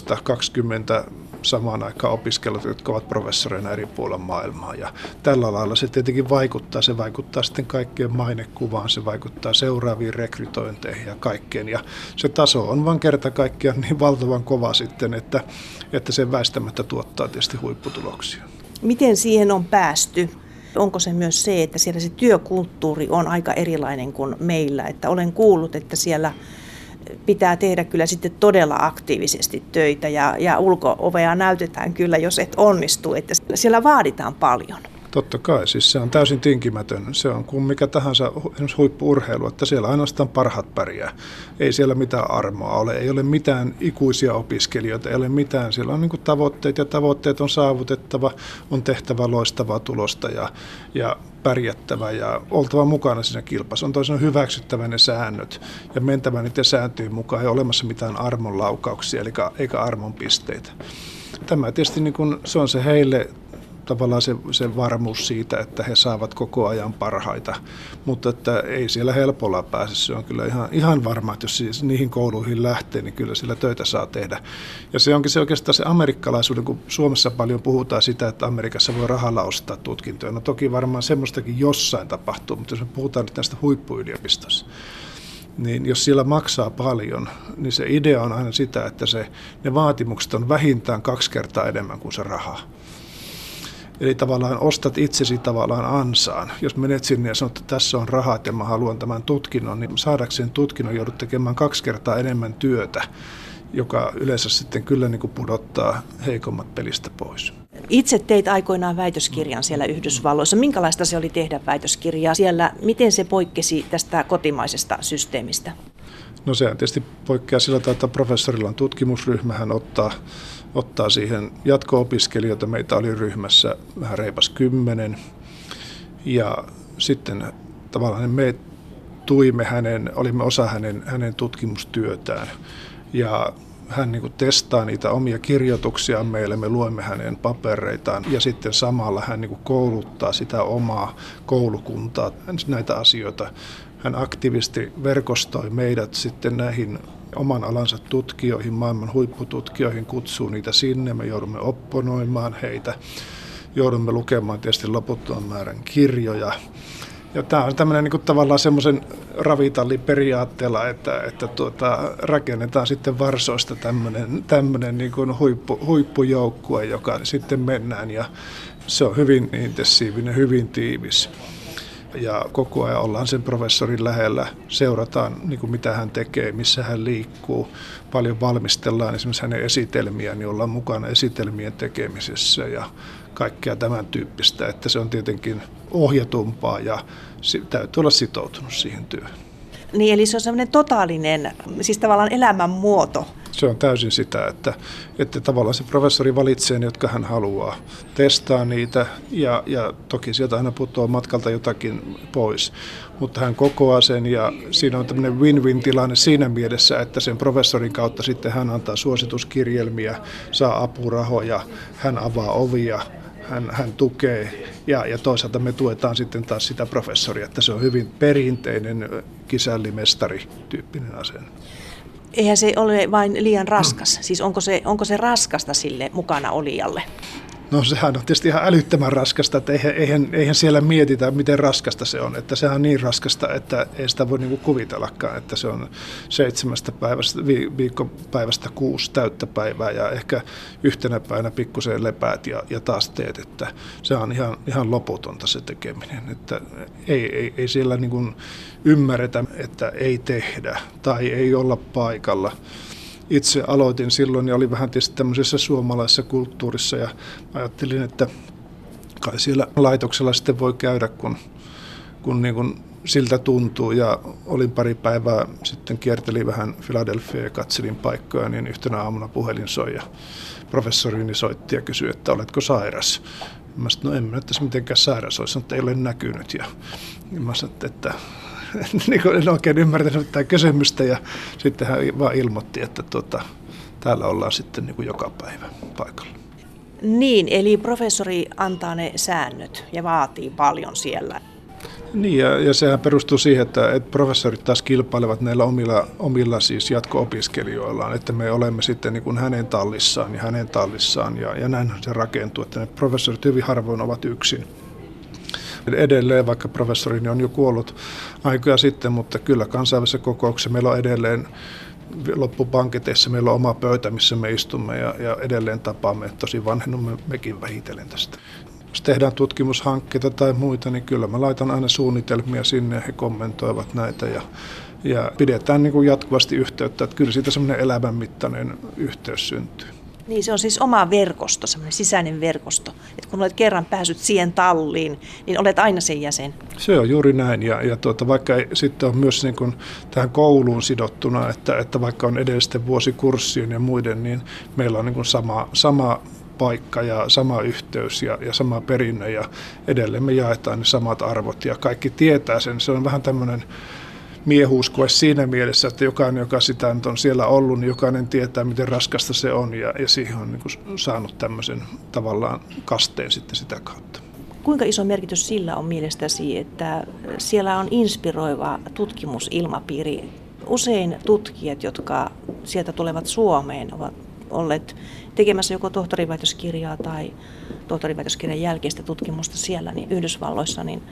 15-20 samaan aikaan opiskelijat, jotka ovat professoreina eri puolilla maailmaa. Ja tällä lailla se tietenkin vaikuttaa. Se vaikuttaa sitten kaikkeen mainekuvaan, se vaikuttaa seuraaviin rekrytointeihin ja kaikkeen. Ja se taso on vain kerta kaikkiaan niin valtavan kova sitten, että se väistämättä tuottaa tietysti huipputuloksia. Miten siihen on päästy? Onko se myös se, että siellä se työkulttuuri on aika erilainen kuin meillä? Että olen kuullut, että siellä pitää tehdä kyllä sitten todella aktiivisesti töitä ja ulko-ovea näytetään kyllä, jos et onnistu. Että siellä vaaditaan paljon. Totta kai, siis se on täysin tinkimätön. Se on kuin mikä tahansa huippu-urheilu, että siellä ainoastaan parhaat pärjää. Ei siellä mitään armoa ole, ei ole mitään ikuisia opiskelijoita, ei ole mitään. Siellä on niin kuin tavoitteet ja tavoitteet on saavutettava, on tehtävä loistavaa tulosta ja pärjättävä ja oltava mukana siinä kilpassa. On toisaalta hyväksyttävä ne säännöt ja mentävä niiden sääntöjen mukaan. Ei ole olemassa mitään armonlaukauksia eikä armonpisteitä. Tämä tietysti niin kuin, se on se heille tavallaan se varmuus siitä, että he saavat koko ajan parhaita, mutta että ei siellä helpolla pääse. Se on kyllä ihan varma, että jos siis niihin kouluihin lähtee, niin kyllä siellä töitä saa tehdä. Ja se onkin se oikeastaan se amerikkalaisuuden, kun Suomessa paljon puhutaan sitä, että Amerikassa voi rahalla ostaa tutkintoja. No toki varmaan semmoistakin jossain tapahtuu, mutta jos me puhutaan nyt näistä huippuyliopistossa, niin jos siellä maksaa paljon, niin se idea on aina sitä, että ne vaatimukset on vähintään 2 kertaa enemmän kuin se raha. Eli tavallaan ostat itsesi tavallaan ansaan. Jos menet sinne ja sanot, että tässä on rahat ja mä haluan tämän tutkinnon, niin saadakseen tutkinnon joudut tekemään 2 kertaa enemmän työtä, joka yleensä sitten kyllä niin kuin pudottaa heikommat pelistä pois. Itse teit aikoinaan väitöskirjan siellä Yhdysvalloissa. Minkälaista se oli tehdä väitöskirjaa siellä? Miten se poikkesi tästä kotimaisesta systeemistä? No sehän tietysti poikkeaa sillä tavalla, että professorilla on tutkimusryhmä, hän ottaa siihen jatko-opiskelijoita. Meitä oli ryhmässä vähän reipas 10 ja sitten tavallaan me tuimme olimme osa hänen tutkimustyötään ja hän niin kuin testaa niitä omia kirjoituksiaan meille, me luemme hänen papereitaan ja sitten samalla hän niin kuin kouluttaa sitä omaa koulukuntaa näitä asioita. Hän aktiivisesti verkostoi meidät sitten näihin oman alansa tutkijoihin, maailman huippututkijoihin, kutsuu niitä sinne, me joudumme opponoimaan heitä, joudumme lukemaan tietysti loputtoman määrän kirjoja. Ja tämä on tämmöinen niin tavallaan semmoisen ravitalliperiaatteella, että rakennetaan sitten Varsoista tämmöinen niin kuin huippujoukkue, joka sitten mennään ja se on hyvin intensiivinen, hyvin tiivis. Ja koko ajan ollaan sen professorin lähellä, seurataan niin kuin mitä hän tekee, missä hän liikkuu. Paljon valmistellaan esimerkiksi hänen esitelmiään, niin ollaan mukana esitelmien tekemisessä ja kaikkea tämän tyyppistä, että se on tietenkin ohjatumpaa ja täytyy olla sitoutunut siihen työhön. Niin, eli se on semmoinen totaalinen, siis tavallaan elämänmuoto. Se on täysin sitä, että tavallaan se professori valitsee ne, jotka hän haluaa, testaa niitä ja toki sieltä aina putoaa matkalta jotakin pois. Mutta hän kokoaa sen ja siinä on tämmöinen win-win-tilanne siinä mielessä, että sen professorin kautta sitten hän antaa suosituskirjelmiä, saa apurahoja, hän avaa ovia. Hän tukee ja toisaalta me tuetaan sitten taas sitä professoria, että se on hyvin perinteinen kisällimestari-tyyppinen asenne. Eihän se ole vain liian raskas, siis onko se raskasta sille mukana olijalle? No sehän on tietysti ihan älyttömän raskasta, että eihän siellä mietitä, miten raskasta se on. Että sehän on niin raskasta, että ei sitä voi niinku kuvitellakaan, että se on 7 viikkopäivästä 6 täyttä päivää ja ehkä yhtenä päivänä pikkusen lepäät ja taas teet. Että se on ihan loputonta se tekeminen. Että ei siellä niinku ymmärretä, että ei tehdä tai ei olla paikalla. Itse aloitin silloin ja oli vähän tietysti tämmöisessä suomalaisessa kulttuurissa ja ajattelin, että kai siellä laitoksella sitten voi käydä, kun niin kuin siltä tuntuu. Ja olin pari päivää sitten, kiertelin vähän Philadelphia ja katselin paikkoja, niin yhtenä aamuna puhelin soi ja professorini soitti ja kysyi, että oletko sairas. Mä sanoin, no en mä tässä mitenkään sairas olisi, että ei ole näkynyt. Ja mä sanoin, että en oikein ymmärtänyt tätä kysymystä ja sitten hän vaan ilmoitti, että täällä ollaan sitten niin kuin joka päivä paikalla. Niin, eli professori antaa ne säännöt ja vaatii paljon siellä. Niin, ja sehän perustuu siihen, että professorit taas kilpailevat näillä omilla siis jatko-opiskelijoillaan, että me olemme sitten niin kuin hänen tallissaan ja näinhän se rakentuu, että ne professorit hyvin harvoin ovat yksin. Edelleen, vaikka professorini on jo kuollut aikoja sitten, mutta kyllä kansainvälisessä kokouksessa meillä on edelleen loppupanketeissa meillä on oma pöytä, missä me istumme ja edelleen tapaamme. Tosi vanhennumme mekin vähitellen tästä. Jos tehdään tutkimushankkeita tai muita, niin kyllä mä laitan aina suunnitelmia sinne ja he kommentoivat näitä ja pidetään niin kuin jatkuvasti yhteyttä, että kyllä siitä semmoinen elämänmittainen yhteys syntyy. Niin, se on siis oma verkosto, semmoinen sisäinen verkosto. Että kun olet kerran päässyt siihen talliin, niin olet aina sen jäsen. Se on juuri näin. Ja vaikka sitten on myös niin kuin tähän kouluun sidottuna, että vaikka on edellisten vuosikurssien ja muiden, niin meillä on niin kuin sama paikka ja sama yhteys ja sama perinne. Ja edelleen me jaetaan ne samat arvot ja kaikki tietää sen. Se on vähän tämmöinen miehuuskoe siinä mielessä, että jokainen, joka sitä on siellä ollut, niin jokainen tietää, miten raskasta se on ja siihen on niin kuin saanut tämmöisen tavallaan kasteen sitten sitä kautta. Kuinka iso merkitys sillä on mielestäsi, että siellä on inspiroiva tutkimusilmapiiri? Usein tutkijat, jotka sieltä tulevat Suomeen, ovat olleet tekemässä joko tohtoriväitöskirjaa tai tohtoriväitöskirjan jälkeistä tutkimusta siellä niin Yhdysvalloissa, niin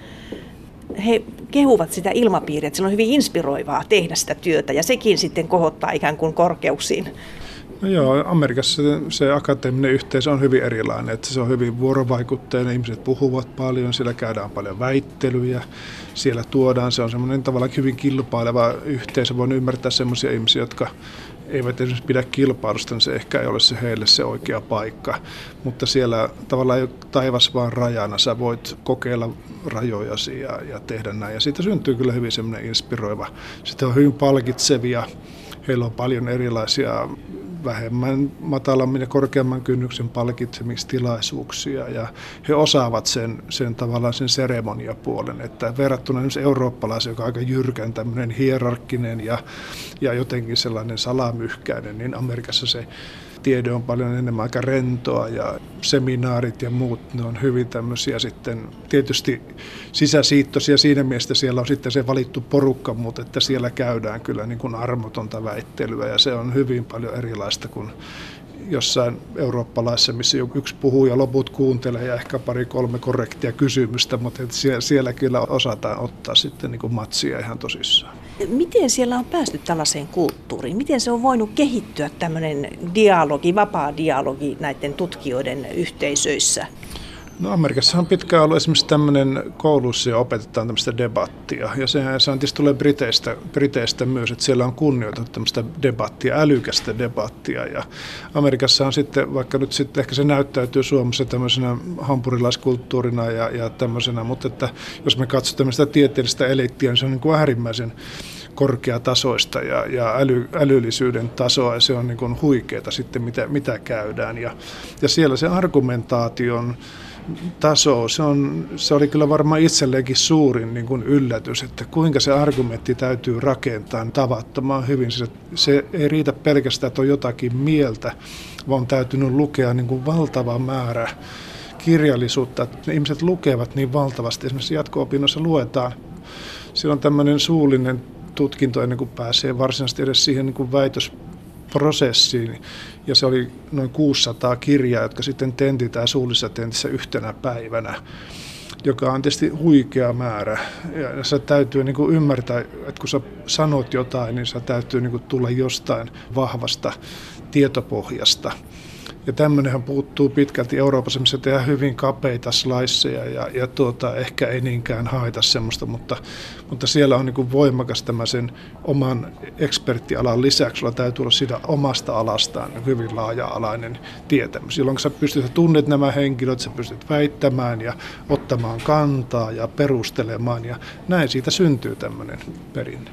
he kehuvat sitä ilmapiiriä, että se on hyvin inspiroivaa tehdä sitä työtä ja sekin sitten kohottaa ikään kuin korkeuksiin. No joo, Amerikassa se akateeminen yhteisö on hyvin erilainen, että se on hyvin vuorovaikutteinen, ihmiset puhuvat paljon, siellä käydään paljon väittelyjä, siellä tuodaan, se on semmoinen tavallaan hyvin kilpaileva yhteisö, voin ymmärtää semmoisia ihmisiä, jotka eivät esimerkiksi pidä kilpailusta, niin se ehkä ei ole se heille se oikea paikka, mutta siellä tavallaan ei ole taivas vaan rajana, sä voit kokeilla rajojasi ja tehdä näin, ja siitä syntyy kyllä hyvin semmoinen inspiroiva, sitten on hyvin palkitsevia, heillä on paljon erilaisia vähemmän, matalammin ja korkeamman kynnyksen palkitsemistilaisuuksia ja he osaavat sen tavallaan sen seremoniapuolen, että verrattuna esimerkiksi eurooppalaisen, joka on aika jyrkän tämmöinen hierarkkinen ja jotenkin sellainen salamyhkäinen, niin Amerikassa se tiede on paljon enemmän aika rentoa ja seminaarit ja muut, ne on hyvin tämmöisiä sitten tietysti sisäsiittoisia siinä mielessä, siellä on sitten se valittu porukka, mutta että siellä käydään kyllä niin kuin armotonta väittelyä ja se on hyvin paljon erilaista kuin jossain eurooppalaisessa, missä yksi puhuu ja loput kuuntelee ja ehkä 2-3 korrektia kysymystä, mutta siellä kyllä osataan ottaa sitten niin kuin matsia ihan tosissaan. Miten siellä on päästy tällaiseen kulttuuriin? Miten se on voinut kehittyä tämmöinen dialogi, vapaa dialogi näiden tutkijoiden yhteisöissä? No Amerikassa on pitkään ollut esimerkiksi tämmöinen koulussa ja opetetaan tämmöistä debattia ja se tietysti tulee Briteistä myös, että siellä on kunnioitettu tämmöistä debattia, älykästä debattia ja Amerikassa on sitten, vaikka nyt sitten ehkä se näyttäytyy Suomessa tämmöisenä hampurilaiskulttuurina ja tämmöisenä, mutta että jos me katsotaan tämmöistä tieteellistä eliittiä, niin se on niin kuin äärimmäisen korkeatasoista ja älyllisyyden tasoa ja se on niin kuin huikeata sitten mitä käydään ja siellä se argumentaation taso, se oli kyllä varmaan itselleenkin suurin niin kuin yllätys, että kuinka se argumentti täytyy rakentaa tavattoman hyvin. Se ei riitä pelkästään, että on jotakin mieltä, vaan on täytynyt lukea niin kuin valtava määrä kirjallisuutta. Että ihmiset lukevat niin valtavasti, esimerkiksi jatko-opinnoissa luetaan. Siellä on tämmöinen suullinen tutkinto ennen kuin pääsee varsinaisesti edes siihen niin kuin väitösprosessiin. Ja se oli noin 600 kirjaa, jotka sitten tentitään suullisessa tentissä yhtenä päivänä, joka on tietysti huikea määrä. Ja se täytyy niin kuin ymmärtää, että kun sä sanot jotain, niin se täytyy niin kuin tulla jostain vahvasta tietopohjasta. Ja tämmöinenhän puuttuu pitkälti Euroopassa, missä tehdään hyvin kapeita sliceja ja ehkä ei niinkään haeta semmoista, mutta siellä on niin kuin voimakas tämä sen oman eksperttialan lisäksi, sulla täytyy olla siitä omasta alastaan hyvin laaja-alainen tietämys. Jolloin sä tunnet nämä henkilöt, sä pystyt väittämään ja ottamaan kantaa ja perustelemaan ja näin siitä syntyy tämmöinen perinne.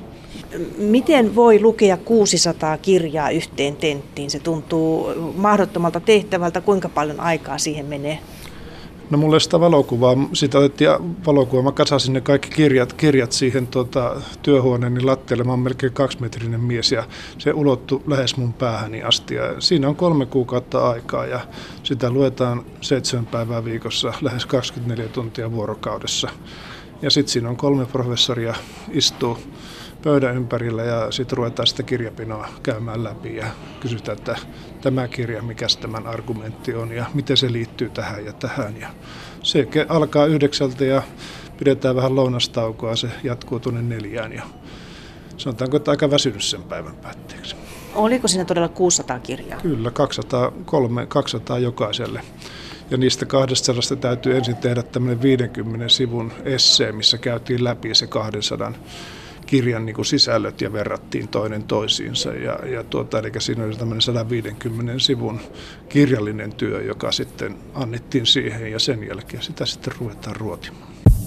Miten voi lukea 600 kirjaa yhteen tenttiin? Se tuntuu mahdottomalta tehtävältä. Kuinka paljon aikaa siihen menee? No mulla ei sitä valokuvaa. Sitä otettiin valokuvaa. Mä kasasin ne kaikki kirjat siihen työhuoneeni lattialle. Mä oon melkein 2-metrinen mies ja se ulottui lähes mun päähäni asti. Ja siinä on 3 kuukautta aikaa ja sitä luetaan 7 päivää viikossa, lähes 24 tuntia vuorokaudessa. Ja sitten siinä on 3 professoria istuu pöydän ympärillä ja sitten ruvetaan sitä kirjapinoa käymään läpi ja kysytään, että tämä kirja, mikä tämän argumentti on ja miten se liittyy tähän ja tähän. Ja se alkaa 9 ja pidetään vähän lounastaukoa, se jatkuu tuonne 4 ja sanotaanko, että aika väsynyt sen päivän päätteeksi. Oliko siinä todella 600 kirjaa? Kyllä, 200 jokaiselle. Ja niistä 200 täytyy ensin tehdä tämmöinen 50 sivun essee, missä käytiin läpi se 200 kirjan niin kuin sisällöt ja verrattiin toinen toisiinsa. Eli siinä oli tämmöinen 150 sivun kirjallinen työ, joka sitten annettiin siihen ja sen jälkeen sitä sitten ruvetaan ruotimaan.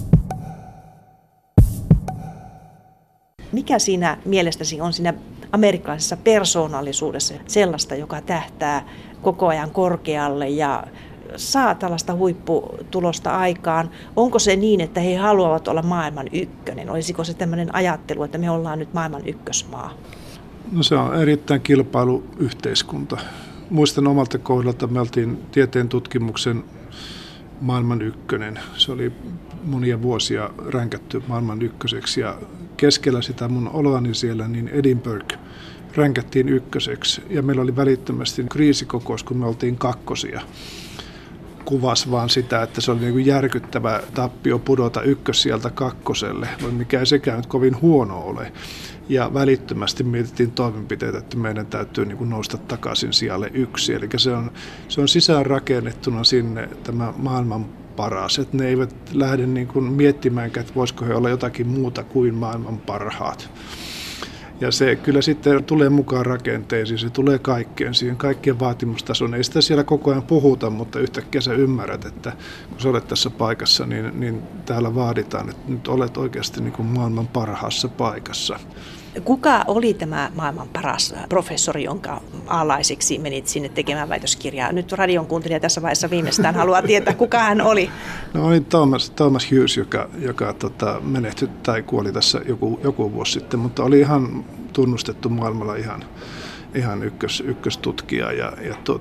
Mikä siinä mielestäsi on siinä amerikkalaisessa persoonallisuudessa sellaista, joka tähtää koko ajan korkealle ja saa tällaista huipputulosta aikaan? Onko se niin, että he haluavat olla maailman ykkönen? Olisiko se tämmöinen ajattelu, että me ollaan nyt maailman ykkösmaa? No se on erittäin kilpailuyhteiskunta. Muistan omalta kohdalta, me oltiin tieteen tutkimuksen maailman ykkönen. Se oli monia vuosia ränkätty maailman ykköseksi ja keskellä sitä mun oloani siellä, niin Edinburgh ränkättiin ykköseksi ja meillä oli välittömästi kriisikokous, kun me oltiin kakkosia. Kuvasi vaan sitä, että se oli niin kuin järkyttävä tappio pudota sieltä kakkoselle, mikä ei sekään nyt kovin huono ole. Ja välittömästi mietittiin toimenpiteitä, että meidän täytyy niin kuin nousta takaisin sijalle 1. Eli se on sisään rakennettuna sinne tämä maailman paras. Että ne eivät lähde niin kuin miettimäänkään, että voisiko he olla jotakin muuta kuin maailman parhaat. Ja se kyllä sitten tulee mukaan rakenteisiin, se tulee kaikkeen, siihen kaikkien vaatimustasoon. Ei sitä siellä koko ajan puhuta, mutta yhtäkkiä sä ymmärrät, että kun sä olet tässä paikassa, niin täällä vaaditaan, että nyt olet oikeasti niin kuin maailman parhaassa paikassa. Kuka oli tämä maailman paras professori, jonka alaisiksi menit sinne tekemään väitöskirjaa? Nyt radion kuuntelija tässä vaiheessa viimeistään haluaa tietää, kuka hän oli. No oli Thomas Hughes, joka menehtyi tai kuoli tässä joku vuosi sitten, mutta oli ihan tunnustettu maailmalla ihan ykköstutkija ja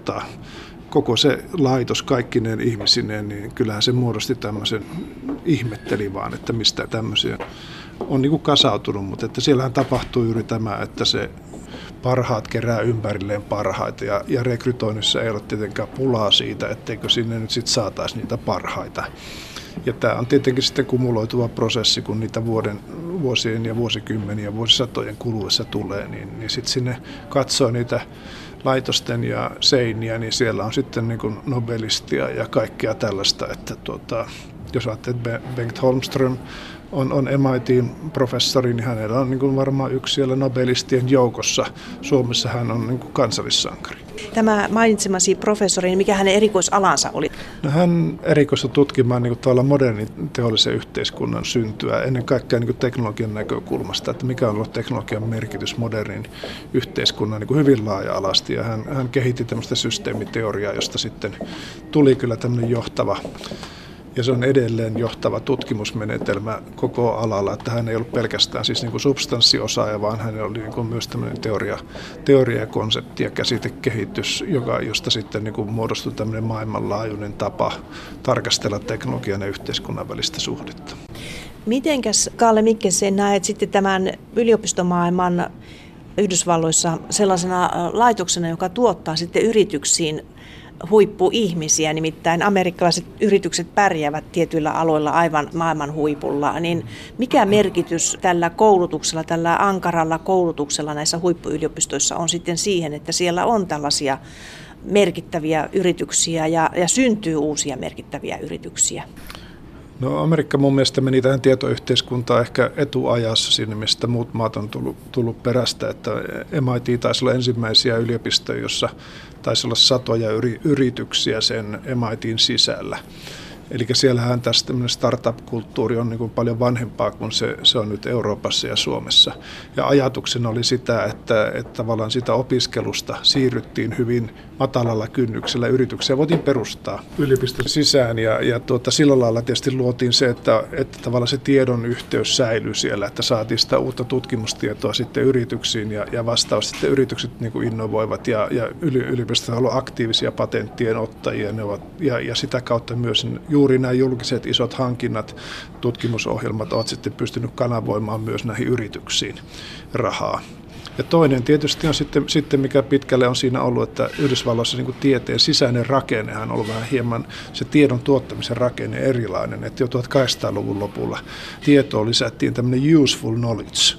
koko se laitos kaikkineen ihmisineen, niin kyllähän se muodosti tämmöisen, ihmetteli vaan, että mistä tämmöisiä on niin kuin kasautunut, mutta että siellähän tapahtuu juuri tämä, että se parhaat kerää ympärilleen parhaita ja rekrytoinnissa ei ole tietenkään pulaa siitä, etteikö sinne nyt sitten saataisiin niitä parhaita. Ja tämä on tietenkin sitten kumuloituva prosessi, kun niitä vuosien ja vuosikymmenien ja vuosisatojen kuluessa tulee, niin sitten sinne katsoo niitä laitosten ja seiniä, niin siellä on sitten niin kuin nobelistia ja kaikkea tällaista, että jos ajattelet, Bengt Holmström on MIT-professori, niin hänellä on niin kuin varmaan yksi siellä nobelistien joukossa. Suomessa hän on niin kuin kansallissankari. Tämä mainitsemasi professori, niin mikä hänen erikoisalansa oli? No, hän erikoistui tutkimaan niin kuin modernin teollisen yhteiskunnan syntyä, ennen kaikkea niin kuin teknologian näkökulmasta, että mikä on ollut teknologian merkitys modernin yhteiskunnan niin kuin hyvin laaja-alasti. Ja hän kehitti tämmöistä systeemiteoriaa, josta sitten tuli kyllä tämmöinen johtava. Ja se on edelleen johtava tutkimusmenetelmä koko alalla, että hän ei ollut pelkästään siis niin kuin substanssiosaaja, vaan hän oli niin kuin myös tämmöinen teoria ja konsepti ja käsitekehitys, josta sitten niin kuin muodostui tämmöinen maailmanlaajuinen tapa tarkastella teknologian ja yhteiskunnan välistä suhdetta. Mitenkäs, Kalle Mikkelsen, näet sitten tämän yliopistomaailman Yhdysvalloissa sellaisena laitoksena, joka tuottaa sitten yrityksiin huippuihmisiä, nimittäin amerikkalaiset yritykset pärjäävät tietyillä aloilla aivan maailman huipulla, niin mikä merkitys tällä koulutuksella, tällä ankaralla koulutuksella näissä huippuyliopistoissa on sitten siihen, että siellä on tällaisia merkittäviä yrityksiä ja syntyy uusia merkittäviä yrityksiä? No, Amerikka mun mielestä meni tähän tietoyhteiskuntaan ehkä etuajassa siinä, mistä muut maat on tullut perästä, että MIT taisi olla ensimmäisiä yliopistoja, jossa taisi olla satoja yrityksiä sen MITin sisällä. Eli siellähän tässä tämmöinen startup-kulttuuri on niin kuin paljon vanhempaa kuin se on nyt Euroopassa ja Suomessa. Ja ajatuksena oli sitä, että tavallaan sitä opiskelusta siirryttiin hyvin matalalla kynnyksellä. Yrityksiä voitiin perustaa yliopiston sisään ja sillä lailla tietysti luotiin se, että tavallaan se tiedon yhteys säilyi siellä, että saatiin sitä uutta tutkimustietoa sitten yrityksiin ja vastaus sitten yritykset niin kuin innovoivat ja yliopistot ovat aktiivisia patenttien ottajia ja sitä kautta myös juuri nämä julkiset isot hankinnat, tutkimusohjelmat ovat sitten pystynyt kanavoimaan myös näihin yrityksiin rahaa. Ja toinen tietysti on sitten mikä pitkälle on siinä ollut, että Yhdysvalloissa niin kuin tieteen sisäinen rakennehan on ollut vähän hieman se tiedon tuottamisen rakenne erilainen. Että jo 1800-luvun lopulla tietoon lisättiin tämmöinen useful knowledge.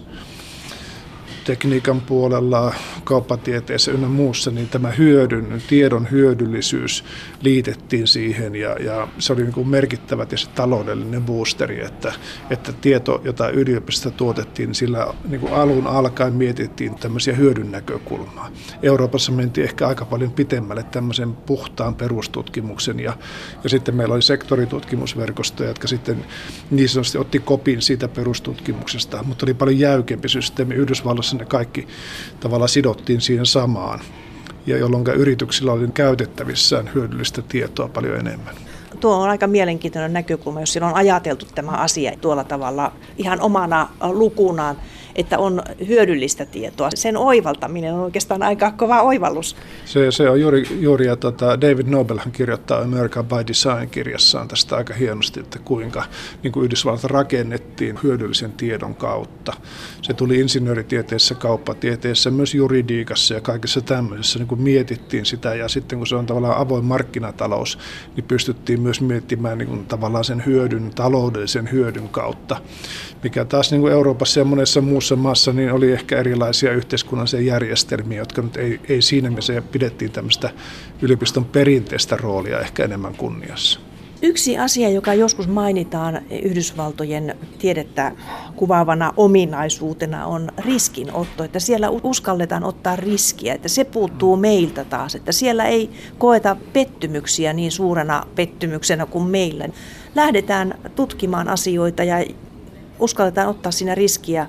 Tekniikan puolella, kauppatieteessä ynnä muussa, niin tämä tiedon hyödyllisyys liitettiin siihen ja se oli niin kuin merkittävä ja se taloudellinen boosteri, että tieto, jota yliopistossa tuotettiin, niin sillä niin kuin alun alkaen mietittiin tämmöisiä hyödyn näkökulmaa. Euroopassa mentiin ehkä aika paljon pitemmälle tämmöisen puhtaan perustutkimuksen ja sitten meillä oli sektoritutkimusverkostoja, jotka sitten niin sanotusti otti kopin siitä perustutkimuksesta, mutta oli paljon jäykempi systeemi. Yhdysvalloissa ne kaikki tavallaan sidottiin siihen samaan, ja jolloin yrityksillä oli käytettävissään hyödyllistä tietoa paljon enemmän. Tuo on aika mielenkiintoinen näkökulma, jos siellä on ajateltu tämä asia tuolla tavalla ihan omana lukunaan, että on hyödyllistä tietoa. Sen oivaltaminen on oikeastaan aika kova oivallus. Se on juuri ja David Nobelhan kirjoittaa America by Design-kirjassaan tästä aika hienosti, että kuinka niin kuin Yhdysvallat rakennettiin hyödyllisen tiedon kautta. Se tuli insinööritieteessä, kauppatieteessä, myös juridiikassa ja kaikessa tämmöisessä niin kuin mietittiin sitä. Ja sitten kun se on tavallaan avoin markkinatalous, niin pystyttiin myös miettimään niin kuin tavallaan sen hyödyn, taloudellisen hyödyn kautta, mikä taas niin kuin Euroopassa ja monessa muussa maassa niin oli ehkä erilaisia yhteiskunnallisia järjestelmiä, jotka nyt ei siinä mielessä pidettiin tämmöistä yliopiston perinteistä roolia ehkä enemmän kunniassa. Yksi asia, joka joskus mainitaan Yhdysvaltojen tiedettä kuvaavana ominaisuutena, on riskinotto, että siellä uskalletaan ottaa riskiä, että se puuttuu meiltä taas, että siellä ei koeta pettymyksiä niin suurena pettymyksenä kuin meillä. Lähdetään tutkimaan asioita ja uskalletaan ottaa siinä riskiä,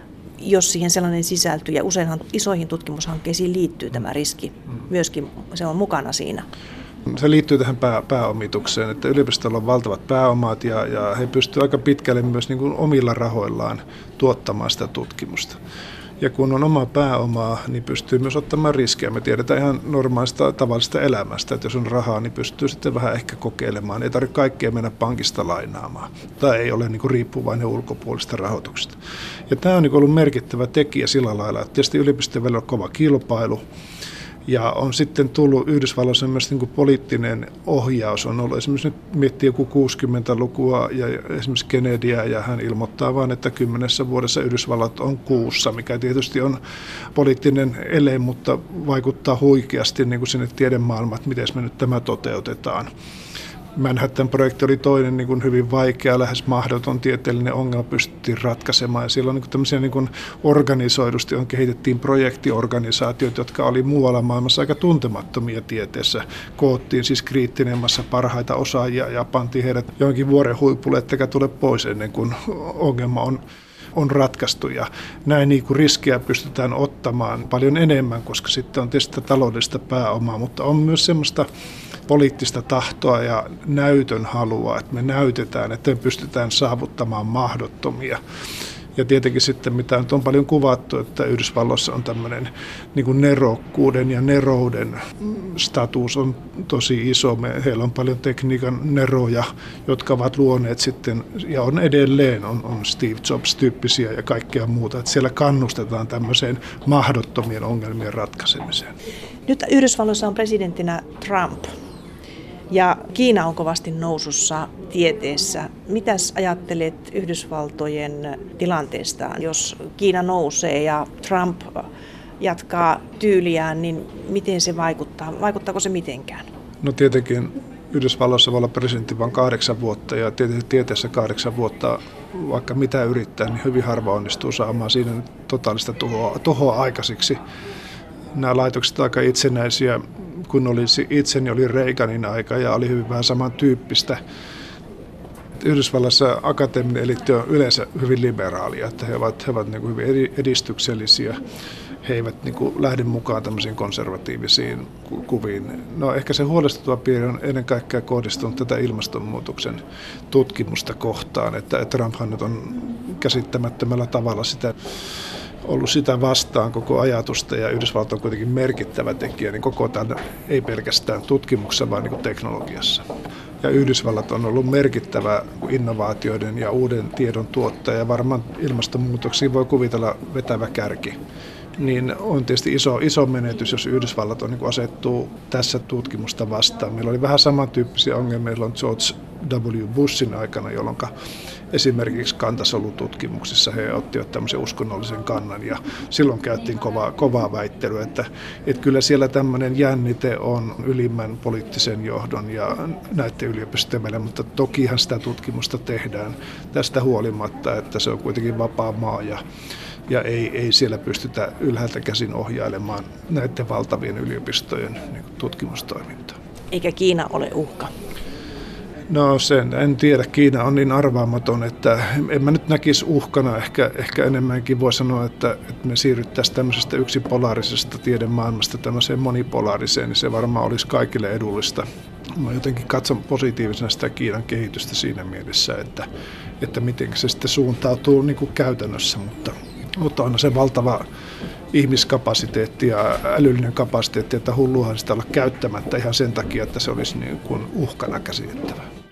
jos siihen sellainen sisältyy, ja useinhan isoihin tutkimushankkeisiin liittyy tämä riski, myöskin se on mukana siinä. Se liittyy tähän pääomitukseen, että yliopistolla on valtavat pääomat ja he pystyvät aika pitkälle myös niin kuin omilla rahoillaan tuottamaan sitä tutkimusta. Ja kun on omaa pääomaa, niin pystyy myös ottamaan riskejä. Me tiedetään ihan normaalista tavallisesta elämästä, että jos on rahaa, niin pystyy sitten vähän ehkä kokeilemaan. Ei tarvitse kaikkea mennä pankista lainaamaan tai ei ole niin kuin riippuvainen ulkopuolista rahoituksesta. Ja tämä on niin kuin ollut merkittävä tekijä sillä lailla, että tietysti yliopistojen välillä on kova kilpailu. Ja on sitten tullut Yhdysvalloissa myös niin kuin poliittinen ohjaus on ollut. Esimerkiksi nyt miettii joku 60-lukua ja esimerkiksi Kennedyä ja hän ilmoittaa vain, että 10 vuodessa Yhdysvallat on kuussa, mikä tietysti on poliittinen ele, mutta vaikuttaa huikeasti niin kuin sinne tiedemaailmaan, että miten me nyt tämä toteutetaan. Manhattan-projekti oli toinen niin kuin hyvin vaikea, lähes mahdoton tieteellinen ongelma pystyttiin ratkaisemaan. Ja silloin niin tämmöisiä niin kuin organisoidusti kehitettiin projektiorganisaatioita, jotka oli muualla maailmassa aika tuntemattomia tieteessä. Koottiin siis kriittinen massa parhaita osaajia ja pantiin heidät johonkin vuoren huipulle, ettekä tule pois ennen kuin ongelma on ratkaistu ja näin niin kuin riskiä pystytään ottamaan paljon enemmän, koska sitten on tietysti taloudellista pääomaa, mutta on myös semmoista poliittista tahtoa ja näytön halua, että me näytetään, että me pystytään saavuttamaan mahdottomia. Ja tietenkin sitten, mitä nyt on paljon kuvattu, että Yhdysvalloissa on tämmöinen niin kuin nerokkuuden ja nerouden status on tosi iso. Heillä on paljon tekniikan neroja, jotka ovat luoneet sitten, ja on edelleen, on Steve Jobs-tyyppisiä ja kaikkea muuta. Että siellä kannustetaan tämmöiseen mahdottomien ongelmien ratkaisemiseen. Nyt Yhdysvalloissa on presidenttinä Trump. Ja Kiina on kovasti nousussa tieteessä. Mitäs ajattelet Yhdysvaltojen tilanteesta, jos Kiina nousee ja Trump jatkaa tyyliään, niin miten se vaikuttaa? Vaikuttaako se mitenkään? No tietenkin Yhdysvalloissa voi olla presidentti vain 8 vuotta ja tieteessä 8 vuotta, vaikka mitä yrittää, niin hyvin harva onnistuu saamaan siinä totaalista tuhoa aikaisiksi. Nämä laitokset ovat aika itsenäisiä. Kun itseni oli Reaganin aika ja oli hyvin vähän samantyyppistä. Yhdysvallassa akateeminen eliitti on yleensä hyvin liberaalia, että he ovat niin kuin hyvin edistyksellisiä. He eivät niin kuin lähde mukaan tämmöisiin konservatiivisiin kuviin. No ehkä se huolestuttava piirre on ennen kaikkea kohdistunut tätä ilmastonmuutoksen tutkimusta kohtaan, että Trumphan nyt on käsittämättömällä tavalla ollut sitä vastaan koko ajatusta ja Yhdysvallat on kuitenkin merkittävä tekijä niin koko tämän, ei pelkästään tutkimuksessa, vaan niin kuin teknologiassa. Ja Yhdysvallat on ollut merkittävä innovaatioiden ja uuden tiedon tuottaja ja varmaan ilmastonmuutoksiin voi kuvitella vetävä kärki. Niin on tietysti iso menetys, jos Yhdysvallat on, niin kuin asettuu tässä tutkimusta vastaan. Meillä oli vähän samantyyppisiä ongelmia George W. Bushin aikana, jolloin esimerkiksi kantasolututkimuksissa he ottivat tämmöisen uskonnollisen kannan ja silloin käytiin kovaa väittelyä, että kyllä siellä tämmöinen jännite on ylimmän poliittisen johdon ja näiden yliopistojen välillä, mutta tokihan sitä tutkimusta tehdään tästä huolimatta, että se on kuitenkin vapaa maa ja ei siellä pystytä ylhäältä käsin ohjailemaan näiden valtavien yliopistojen tutkimustoimintaa. Eikä Kiina ole uhka? No sen en tiedä. Kiina on niin arvaamaton, että en mä nyt näkisi uhkana. Ehkä enemmänkin voi sanoa, että me siirryttäisiin tämmöisestä yksipolaarisesta tiedemaailmasta tämmöiseen monipolaariseen, niin se varmaan olisi kaikille edullista. Mä jotenkin katson positiivisena sitä Kiinan kehitystä siinä mielessä, että miten se sitten suuntautuu niin kuin käytännössä, mutta on se valtava ihmiskapasiteetti ja älyllinen kapasiteetti, että hulluhan sitä olla käyttämättä ihan sen takia, että se olisi niin kuin uhkana käsitettävä.